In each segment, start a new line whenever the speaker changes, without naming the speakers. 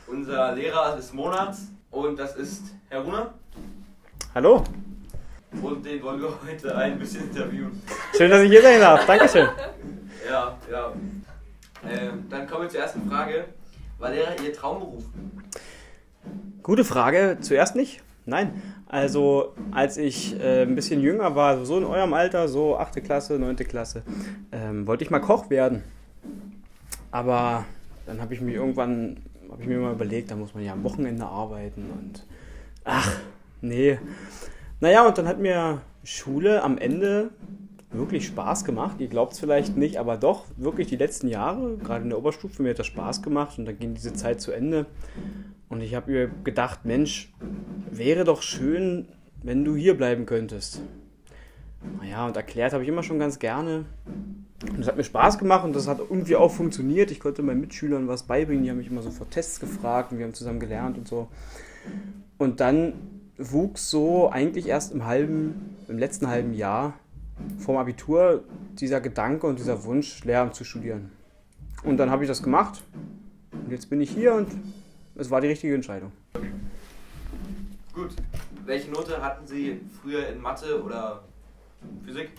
unser Lehrer des Monats und das ist Herr Runer.
Hallo.
Und den wollen wir heute ein bisschen interviewen.
Schön, dass ich hier sein darf. Dankeschön.
Ja. Dann kommen wir zur ersten Frage. War Lehrer Ihr Traumberuf?
Gute Frage. Zuerst nicht? Nein. Also, als ich ein bisschen jünger war, so in eurem Alter, so 8. Klasse, 9. Klasse, wollte ich mal Koch werden. Aber dann habe ich mir mal überlegt, da muss man ja am Wochenende arbeiten und nee. Naja, und dann hat mir Schule am Ende wirklich Spaß gemacht. Ihr glaubt es vielleicht nicht, aber doch, wirklich die letzten Jahre, gerade in der Oberstufe, mir hat das Spaß gemacht und dann ging diese Zeit zu Ende. Und ich habe mir gedacht, Mensch, wäre doch schön, wenn du hier bleiben könntest. Naja, und erklärt habe ich immer schon ganz gerne. Und das hat mir Spaß gemacht und das hat irgendwie auch funktioniert. Ich konnte meinen Mitschülern was beibringen, die haben mich immer so vor Tests gefragt und wir haben zusammen gelernt und so. Und dann wuchs so eigentlich erst im letzten halben Jahr vorm Abitur dieser Gedanke und dieser Wunsch, Lehramt zu studieren. Und dann habe ich das gemacht und jetzt bin ich hier und es war die richtige Entscheidung.
Gut. Welche Note hatten Sie früher in Mathe oder Physik?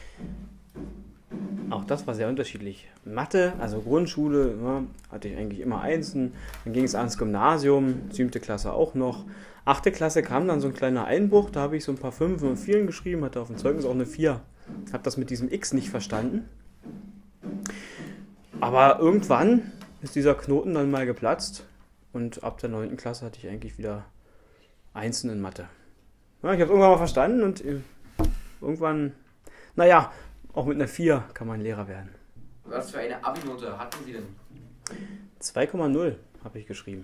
Auch das war sehr unterschiedlich. Mathe, also Grundschule, ja, hatte ich eigentlich immer Einsen. Dann ging es ans Gymnasium, 7. Klasse auch noch. 8. Klasse kam dann so ein kleiner Einbruch, da habe ich so ein paar 5 und 4 geschrieben, hatte auf dem Zeugnis auch eine 4. Habe das mit diesem X nicht verstanden. Aber irgendwann ist dieser Knoten dann mal geplatzt und ab der 9. Klasse hatte ich eigentlich wieder Einsen in Mathe. Ja, ich habe es irgendwann mal verstanden und irgendwann, auch mit einer 4 kann man Lehrer werden.
Was für eine Abi-Note hatten Sie denn?
2,0 habe ich geschrieben.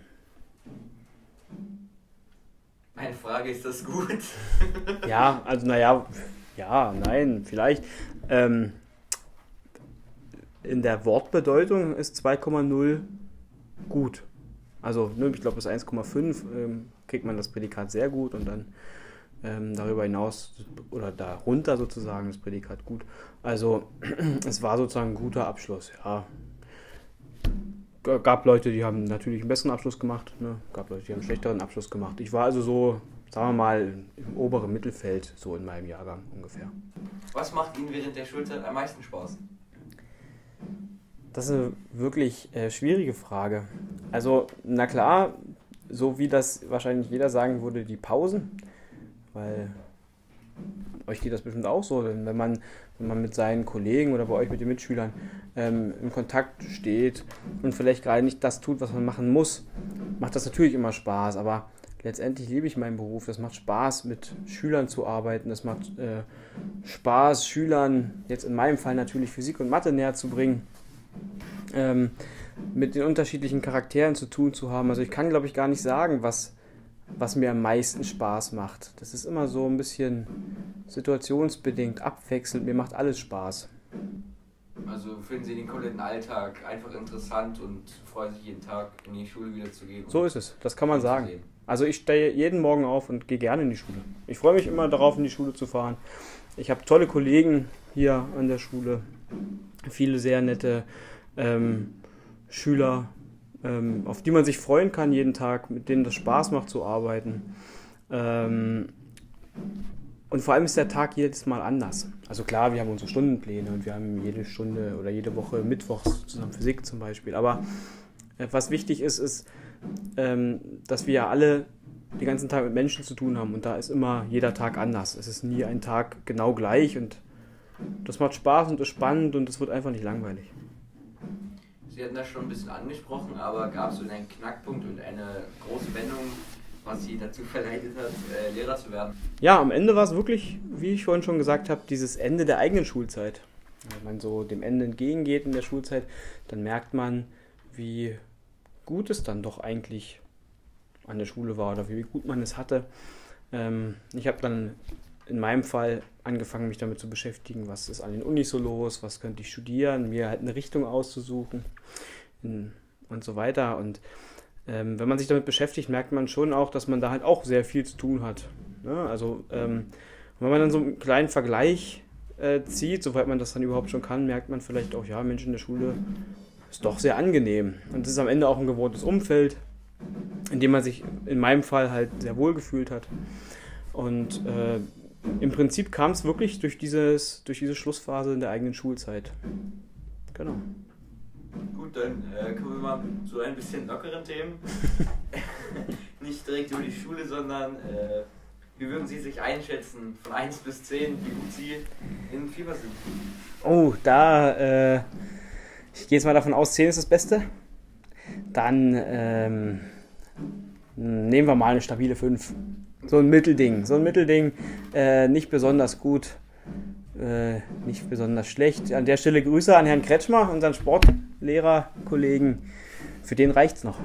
Meine Frage, ist das gut?
Ja, also nein, vielleicht. In der Wortbedeutung ist 2,0 gut. Also, ich glaube, bis 1,5 kriegt man das Prädikat sehr gut und dann darüber hinaus oder darunter sozusagen das Prädikat gut. Also es war sozusagen ein guter Abschluss, ja. Gab Leute, die haben natürlich einen besseren Abschluss gemacht, ne? Gab Leute, die haben einen schlechteren Abschluss gemacht. Ich war also so, sagen wir mal, im oberen Mittelfeld, so in meinem Jahrgang ungefähr.
Was macht Ihnen während der Schulzeit am meisten Spaß?
Das ist eine wirklich schwierige Frage. Also, na klar, so wie das wahrscheinlich jeder sagen würde, die Pausen. Weil euch geht das bestimmt auch so, denn wenn man mit seinen Kollegen oder bei euch mit den Mitschülern in Kontakt steht und vielleicht gerade nicht das tut, was man machen muss, macht das natürlich immer Spaß, aber letztendlich liebe ich meinen Beruf. Das macht Spaß, mit Schülern zu arbeiten, das macht Spaß, Schülern, jetzt in meinem Fall natürlich Physik und Mathe näher zu bringen, mit den unterschiedlichen Charakteren zu tun zu haben. Also ich kann, glaube ich, gar nicht sagen, was mir am meisten Spaß macht. Das ist immer so ein bisschen situationsbedingt, abwechselnd. Mir macht alles Spaß.
Also finden Sie den kompletten Alltag einfach interessant und freuen sich jeden Tag in die Schule wieder zu gehen?
So ist es, das kann man sagen. Also ich stehe jeden Morgen auf und gehe gerne in die Schule. Ich freue mich immer darauf, in die Schule zu fahren. Ich habe tolle Kollegen hier an der Schule. Viele sehr nette Schüler, auf die man sich freuen kann jeden Tag, mit denen das Spaß macht zu arbeiten. Und vor allem ist der Tag jedes Mal anders. Also klar, wir haben unsere Stundenpläne und wir haben jede Stunde oder jede Woche mittwochs zusammen Physik zum Beispiel. Aber was wichtig ist, dass wir ja alle den ganzen Tag mit Menschen zu tun haben und da ist immer jeder Tag anders. Es ist nie ein Tag genau gleich und das macht Spaß und ist spannend und es wird einfach nicht langweilig.
Sie hatten das schon ein bisschen angesprochen, aber gab es so einen Knackpunkt und eine große Wendung, was Sie dazu verleitet hat, Lehrer zu werden?
Ja, am Ende war es wirklich, wie ich vorhin schon gesagt habe, dieses Ende der eigenen Schulzeit. Wenn man so dem Ende entgegengeht in der Schulzeit, dann merkt man, wie gut es dann doch eigentlich an der Schule war oder wie gut man es hatte. Ich habe dann in meinem Fall angefangen, mich damit zu beschäftigen, was ist an den Unis so los, was könnte ich studieren, mir halt eine Richtung auszusuchen und so weiter. Und wenn man sich damit beschäftigt, merkt man schon auch, dass man da halt auch sehr viel zu tun hat. Ja, also wenn man dann so einen kleinen Vergleich zieht, soweit man das dann überhaupt schon kann, merkt man vielleicht auch, ja, Mensch, in der Schule ist doch sehr angenehm. Und es ist am Ende auch ein gewohntes Umfeld. in dem man sich in meinem Fall halt sehr wohl gefühlt hat. Und im Prinzip kam es wirklich durch diese Schlussphase in der eigenen Schulzeit. Genau.
Gut, dann kommen wir mal zu ein bisschen lockeren Themen. Nicht direkt über die Schule, sondern wie würden Sie sich einschätzen von 1 bis 10, wie gut Sie in FIFA sind?
Oh, ich gehe jetzt mal davon aus, 10 ist das Beste. Dann nehmen wir mal eine stabile 5. So ein Mittelding, nicht besonders gut, nicht besonders schlecht. An der Stelle Grüße an Herrn Kretschmer, unseren Sportlehrerkollegen. Für den reicht's noch.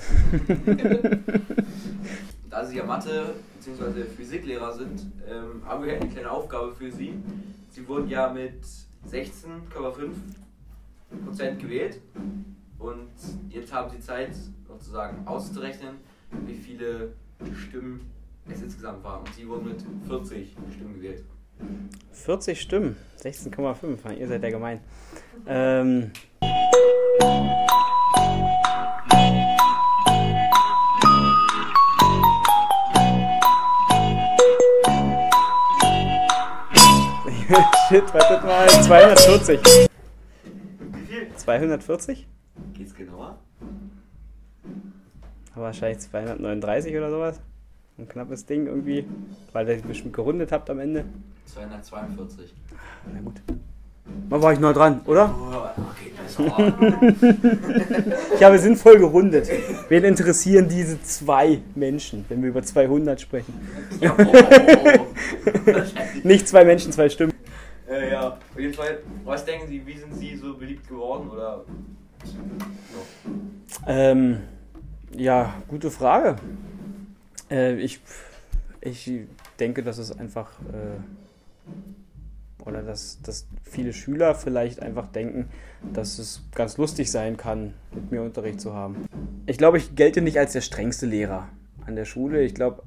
Da Sie ja Mathe- bzw. Physiklehrer sind, haben wir eine kleine Aufgabe für Sie. Sie wurden ja mit 16,5% gewählt und jetzt haben Sie Zeit, sozusagen auszurechnen, wie viele Stimmen es insgesamt waren. Und Sie wurden mit 40 Stimmen gewählt.
40 Stimmen, 16,5, ihr seid ja gemein. Shit, wartet mal, 240.
Wie viel?
240?
Geht's genauer?
Wahrscheinlich 239 oder sowas. Ein knappes Ding irgendwie, weil ihr bestimmt gerundet habt am Ende.
242.
Na gut. Mal war ich noch dran, oder?
Oh, okay, besser.
Ich habe sinnvoll gerundet. Wen interessieren diese 2 Menschen, wenn wir über 200 sprechen? Nicht 2 Menschen, 2 Stimmen.
Ja, auf jeden Fall. Was denken Sie, wie sind Sie so beliebt geworden? Oder?
Ja, gute Frage. Ich denke, dass es einfach, oder dass viele Schüler vielleicht einfach denken, dass es ganz lustig sein kann, mit mir Unterricht zu haben. Ich glaube, ich gelte nicht als der strengste Lehrer an der Schule. Ich glaube,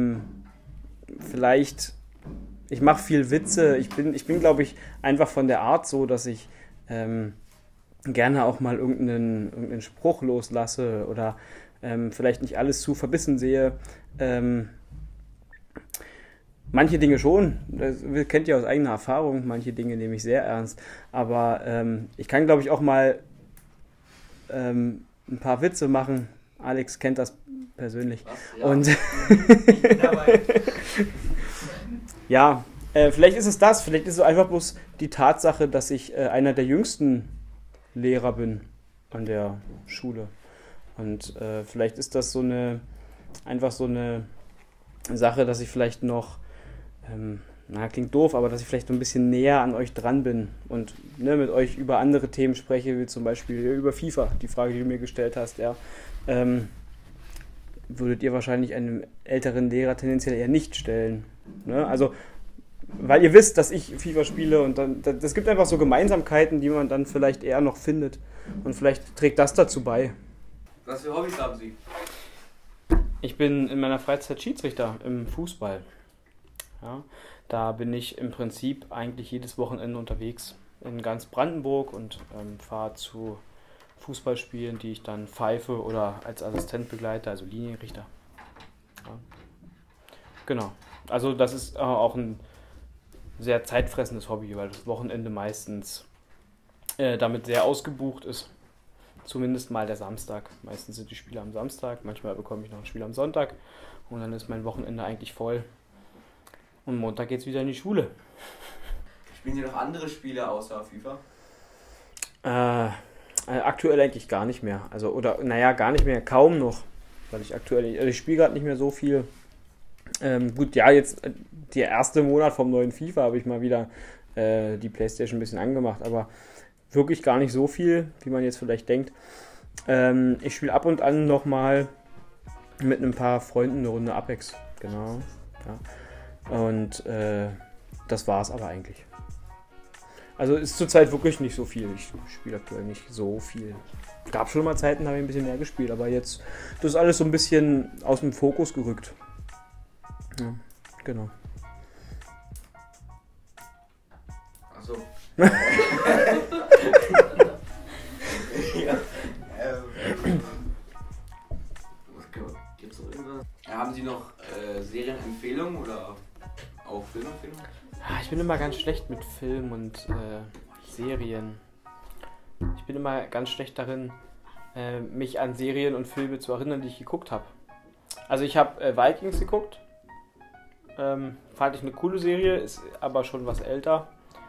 ich mache viel Witze. Ich bin, glaube ich, einfach von der Art so, dass ich gerne auch mal irgendeinen Spruch loslasse oder vielleicht nicht alles zu verbissen sehe. Manche Dinge schon, das kennt ihr aus eigener Erfahrung, manche Dinge nehme ich sehr ernst, aber ich kann, glaube ich, auch mal ein paar Witze machen. Alex kennt das persönlich.
Was? Ja.
Und
Ich bin dabei.
ja, vielleicht ist es das, vielleicht ist es einfach bloß die Tatsache, dass ich einer der jüngsten Lehrer bin an der Schule. Und vielleicht ist das einfach so eine Sache, dass ich vielleicht noch, klingt doof, aber dass ich vielleicht so ein bisschen näher an euch dran bin und mit euch über andere Themen spreche, wie zum Beispiel über FIFA, die Frage, die du mir gestellt hast, ja. Würdet ihr wahrscheinlich einem älteren Lehrer tendenziell eher nicht stellen. Ne? Also, weil ihr wisst, dass ich FIFA spiele und dann, das gibt einfach so Gemeinsamkeiten, die man dann vielleicht eher noch findet. Und vielleicht trägt das dazu bei.
Was für Hobbys haben Sie?
Ich bin in meiner Freizeit Schiedsrichter im Fußball. Ja, da bin ich im Prinzip eigentlich jedes Wochenende unterwegs in ganz Brandenburg und fahre zu Fußballspielen, die ich dann pfeife oder als Assistent begleite, also Linienrichter. Ja. Genau. Also das ist auch ein sehr zeitfressendes Hobby, weil das Wochenende meistens damit sehr ausgebucht ist. Zumindest mal der Samstag. Meistens sind die Spiele am Samstag, manchmal bekomme ich noch ein Spiel am Sonntag und dann ist mein Wochenende eigentlich voll. Und Montag geht's wieder in die Schule.
Spielen Sie noch andere Spiele außer FIFA?
Aktuell eigentlich gar nicht mehr. Gar nicht mehr, kaum noch. Weil ich spiele gerade nicht mehr so viel. Gut, ja, jetzt der erste Monat vom neuen FIFA habe ich mal wieder die Playstation ein bisschen angemacht, aber wirklich gar nicht so viel, wie man jetzt vielleicht denkt. Ich spiele ab und an nochmal mit ein paar Freunden eine Runde Apex. Genau. Ja. Und das war es aber eigentlich. Also ist zurzeit wirklich nicht so viel. Ich spiele aktuell nicht so viel. Gab schon mal Zeiten, da habe ich ein bisschen mehr gespielt, aber jetzt das ist alles so ein bisschen aus dem Fokus gerückt. Ja, genau.
Achso. Gibt's noch irgendwas? Ja, haben Sie noch Serienempfehlungen oder auch Filmempfehlungen?
Ja, ich bin immer ganz schlecht mit Film und Serien. Ich bin immer ganz schlecht darin, mich an Serien und Filme zu erinnern, die ich geguckt habe. Also ich habe Vikings geguckt. Fand ich eine coole Serie, ist aber schon was älter.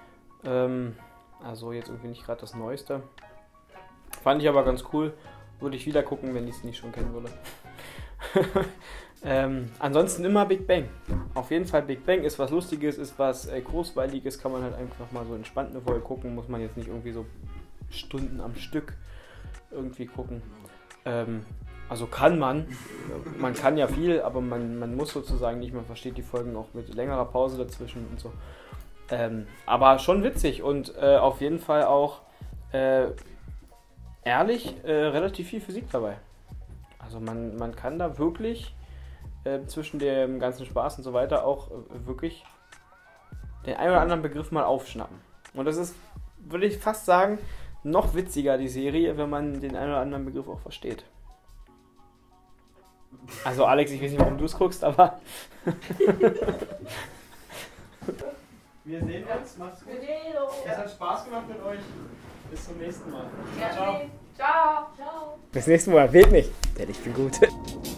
Also jetzt irgendwie nicht gerade das Neueste. Fand ich aber ganz cool. Würde ich wieder gucken, wenn ich es nicht schon kennen würde. Ansonsten immer Big Bang. Auf jeden Fall Big Bang ist was Lustiges, ist was Großweiliges, kann man halt einfach mal so entspannt eine Folge gucken, muss man jetzt nicht irgendwie so Stunden am Stück irgendwie gucken. Also kann man kann ja viel, aber man muss sozusagen nicht, man versteht die Folgen auch mit längerer Pause dazwischen und so. Aber schon witzig und auf jeden Fall auch ehrlich relativ viel Physik dabei. Also man kann da wirklich zwischen dem ganzen Spaß und so weiter auch wirklich den einen oder anderen Begriff mal aufschnappen. Und das ist, würde ich fast sagen, noch witziger, die Serie, wenn man den einen oder anderen Begriff auch versteht. Also Alex, ich weiß nicht, warum du es guckst, aber... Wir sehen uns, macht's gut. Es hat Spaß gemacht mit euch. Bis zum nächsten Mal.
Ciao. Ciao.
Bis nächstes Mal, wählt mich, denn ich bin gut.